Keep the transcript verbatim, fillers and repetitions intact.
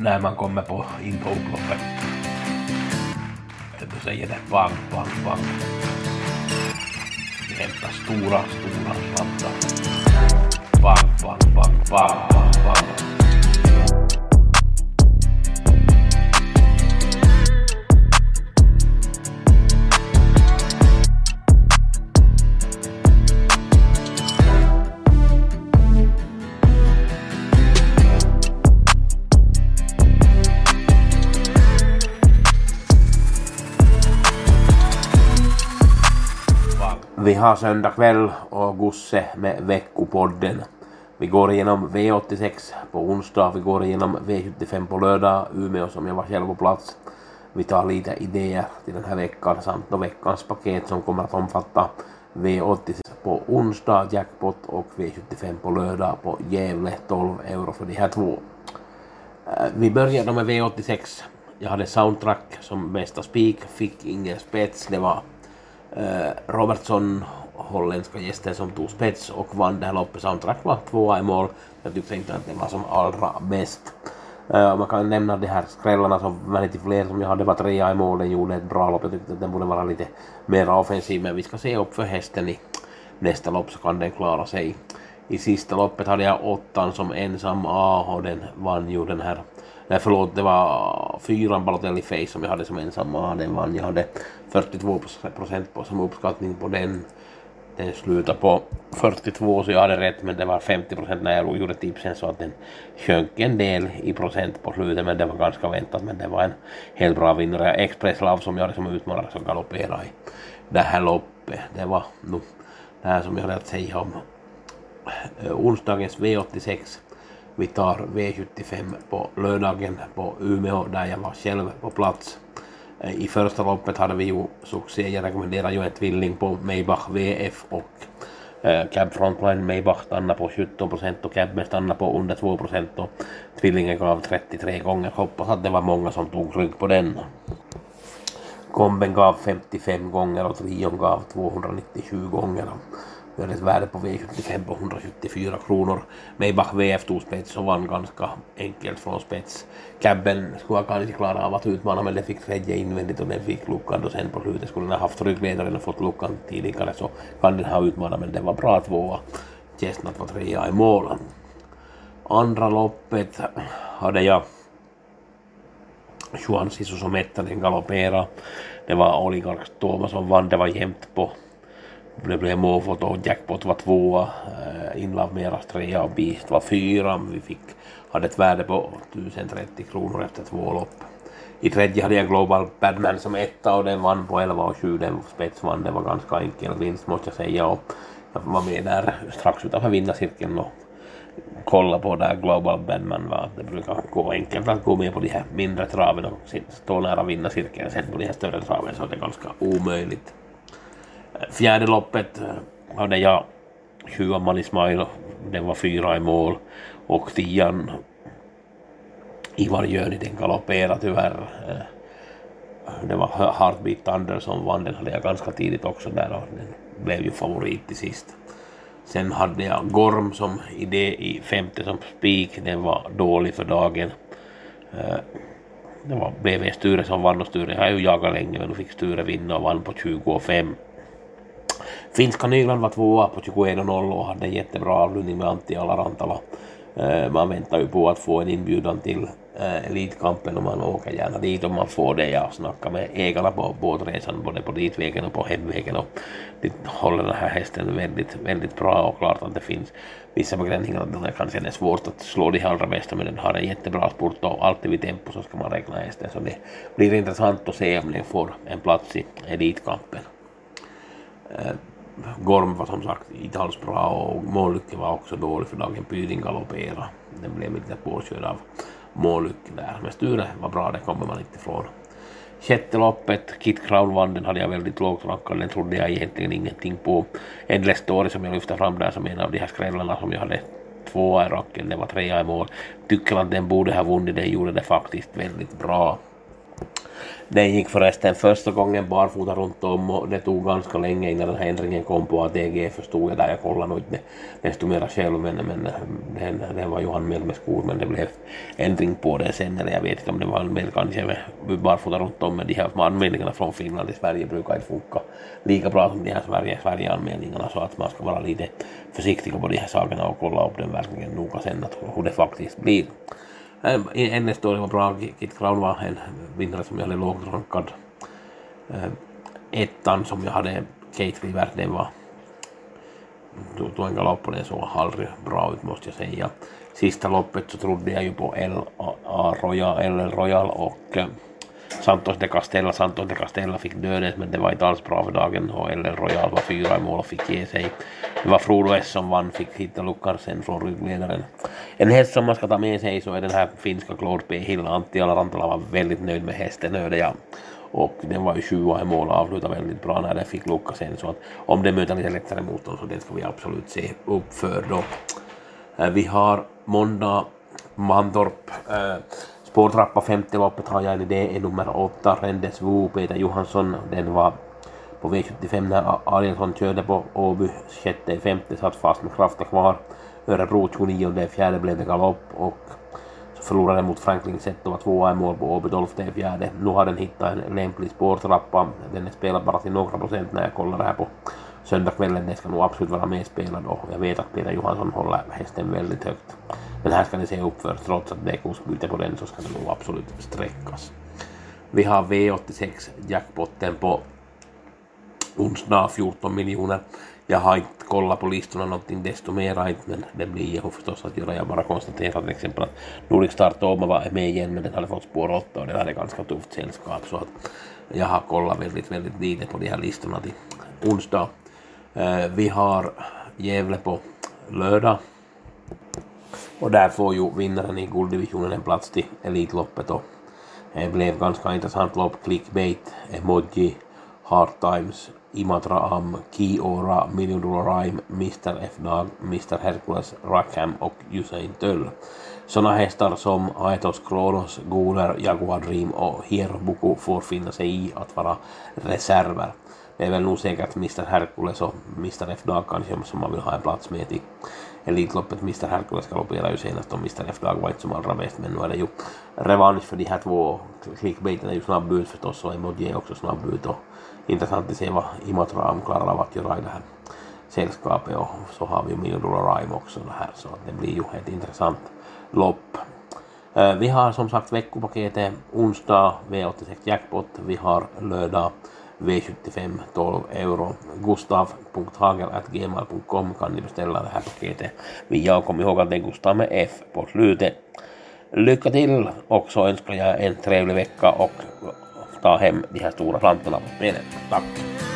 när man kommer på, in på upploppet. Då säger det bang, bang, bang. Vi hämtar stora, stora slantar. Bang, bang, bang, bang, bang, bang. Vi har söndag kväll och Gusse med veckopodden. Vi går igenom V åttiosex på onsdag, vi går igenom V sjuttiofem på lördag, Umeå som jag var själv på plats. Vi tar lite idéer till den här veckan samt då veckans paket som kommer att omfatta V åttiosex på onsdag, jackpot och V sjuttiofem på lördag på Gävle, tolv euro för de här två. Vi började med V åttiosex. Jag hade soundtrack som bästa spik, fick ingen spets, det var Uh, Robertson, holländska gästen som tog spets och vann det här loppet. Soundtrack var tvåa i mål. Jag tyckte inte att det var som allra bäst. Uh, man kan nämna de här skrällarna som Vanity Flair som jag hade var trea i mål. Den gjorde ett bra lopp. Jag tyckte att den borde vara lite mer offensiv. Men vi ska se upp för hästen i nästa lopp så kan den klara sig. I sista loppet hade jag åttan som ensam A och den vann ju den här. Nej, förlåt, det var fyran Balotelli Face som jag hade som ensam A, den vann. Jag hade fyrtiotvå procent på som uppskattning på den. Den slutade på fyrtiotvå så jag hade rätt, men det var femtio procent när jag gjorde tipsen så att den sjönk en del i procent på slutet, men det var ganska väntat, men det var en helt bra vinnare. Express Love som jag hade som utmanare som galopperade i det här loppet. Det var nu det här som jag hade att säga om onsdagens V åttiosex. Vi tar V sjuttiofem på lördagen på Umeå där jag var själv på plats. I första loppet hade vi ju succé. Jag rekommenderar ju en tvilling på Maybach V F och eh, Cab Frontline. Maybach stannar på sjutton procent och Cab stannar på under två procent och tvillingen gav trettiotre gånger. Hoppas att det var många som tog rygg på den. Komben gav femtiofem gånger och Trion gav tvåhundranittiosju gånger. Vi hade ett värde på V sjuttiofem på hundrasjuttiofyra kronor. Maybach V F tog spets och vann ganska enkelt från spets. Cabben skulle kanske klara av att utmana, men den fick tredje invändigt och den fick luckan och sen på slutet skulle den ha haft ryggledaren och fått luckan tidigare så kan den ha utmanat, men det var bra tvåa. Chestnut var trea i mål. Andra loppet hade jag Juan Sisu som etta, den galopperade. Det var Oligark Thomas som vann, det var jämnt på. Det blev målfoto och jackpot var tvåa, uh, Inlove Meras trea och Beast var fyra. Vi fick, hade ett värde på tusen trettio kronor efter två lopp. I tredje hade jag Global Badman som etta och den vann på elva och sju. Den spets vann, det var ganska enkel vinst måste jag säga. Och jag var med där strax utanför vinnarcirkeln och kolla på där Global Badman var. Det brukar gå enkelt att gå med på de här mindre traven och stå nära vinnarcirkeln. Sen på de här större traven så är det ganska omöjligt. Fjärde loppet hade jag Sjuan Money Smile, den var fyra i mål och tian Ivar Jöni, den galopperade tyvärr. Det var Heartbeat Thunder som vann, den hade jag ganska tidigt också där och den blev ju favorit till sist. Sen hade jag Gorm som idé i femte som spik, den var dålig för dagen. Det var B V Sture som vann och Sture har ju jagat länge men då fick Sture vinna och vann på tjugofem. Finska Nygland var tvåa på tjugoett noll och hade jättebra avlundning med Antti Alarantala. Man väntar ju på att få en inbjudan till elitkampen och man åker gärna dit om man får det. Jag snackar med ägarna på båtresan både på ditvägen och på hemvägen och det håller den här hästen väldigt, väldigt bra och klart att det finns vissa begränsningar. Det kanske är svårt att slå de allra bästa men den har en jättebra sport och alltid vid tempo så ska man räkna hästen så det blir intressant att se om den får en plats i elitkampen. Gorm var som sagt inte alls bra och Mållycke var också dålig för dagen. Pyding galoppera. Den blev lite påkörd av Mållycke där. Men Sture var bra, det kommer man inte ifrån. Sjätte loppet, Kit Crown vann, den hade jag väldigt lågt rankad. Den trodde jag egentligen ingenting på. Endless Story som jag lyfte fram där som en av de här skrällarna som jag hade tvåa i racken. Det var trea i mål. Tycker att den borde ha vunnit, den gjorde det faktiskt väldigt bra. Den gick förresten första gången barfota runt om och det tog ganska länge innan den här ändringen kom på A T G, förstod jag där. Jag kollade nog inte desto mera själv, men, men den, den var ju anmäld med skor, men det blev ändring på det sen, eller jag vet inte om det var anmäld kanske med barfota runt om, men de här anmälningarna från Finland i Sverige brukar inte funka lika bra som de här Sverige, Sverige-anmälningarna, så att man ska vara lite försiktig på de här sakerna och kolla upp den verkligen noga sen att hur det faktiskt blir. Ennen står det var bra. Kit Crown var en vinnare som jag hade lågt rankad. Ettan som jag hade, Kate River, det var tog en galopp och det såg aldrig bra ut, måste jag säga. Sista loppet så trodde jag ju på L A Royal, L L Royal och Santos de Castella. Santos de Castella fick dödet, men det var inte alls bra för dagen, och L L Royal var fyra i mål och fick ge sig. Det var Frodo S som vann, fick hitta luckar sen från ryggledaren. En häst som man ska ta med sig så är den här finska Claude P. Hill. Antti Alarantala var väldigt nöjd med hästen, hörde jag. Och den var ju tjugo i mål och avslutade väldigt bra när den fick lucka sen, så att om det möter lite lättare motstånd så det ska vi absolut se upp för då. Vi har måndag Mantorp. Spårtrappa femte loppet har jag en idé, är nummer åtta, Rendes Wu, Peter Johansson. Den var på V sjuttiofem när Arielsson körde på Åby, sjätte femte, satt fast med kraften kvar. Örebro tjugonio, det fjärde blev det galopp och så förlorade den mot Franklin Sett och var tvåa i mål på Åby, tolfte fjärde. Nu har den hittat en lämplig spårtrappa, den är spelad bara till några procent när jag kollar det här på söndagskvällen. Det ska nog absolut vara med spelad och jag vet att Peter Johansson håller hästen väldigt högt. Men här ska ni se upp för, trots att det är kursbyte på den så ska det nog absolut sträckas. Vi har V åttiosex jackpotten på onsdag, fjorton miljoner. Jag har inte kollat på listorna någonting desto mera inte, men det blir ju förstås att göra. Jag bara konstaterar till exempel att Nordic Start Oma var med igen, men den hade fått spår åtta och den hade ganska tufft sällskap, så att jag har kollat väldigt, väldigt lite på de här listorna till onsdag. Vi har Gävle på lördag. Och där får ju vinnaren i gulddivisionen en plats till Elitloppet och det blev ganska intressant lopp. Clickbait, Emoji, Hard Times, Imatra Am, Kiora, Million Dollar Rhyme, mister F-Dag, mister Hercules, Rackham och Usain Töll. Sådana hästar som Aetos Kronos, Guler, Jaguar Dream och Hierobuku får finna sig i att vara reserver. Det är väl nog säkert mister Hercules och mister F-Dag kanske som man vill ha en plats med till Elitloppet. mister Hercules galopperar ju senast och mister F-Dag var inte som allra bäst, men nu är det ju revansch för de här två. Clickbaiten är ju snabb ut förstås och Emoji är också snabb ut och intressant att se vad Imatra Am klarar av att göra i det här sällskapet, och så har vi Million Dollar Rhyme också det här, så det blir ju ett intressant lopp. Vi har som sagt veckopaketet onsdag V åttiosex jackpot, vi har lördag V sjuttiofem tolv euro. gustav punkt hagel at gmail punkt com kan ni beställa det här paketet via, och kom ihåg att det är Gustav med F på slutet. Lycka till, och så önskar jag en trevlig vecka och ta hem de här stora slantarna på spelet. Tack!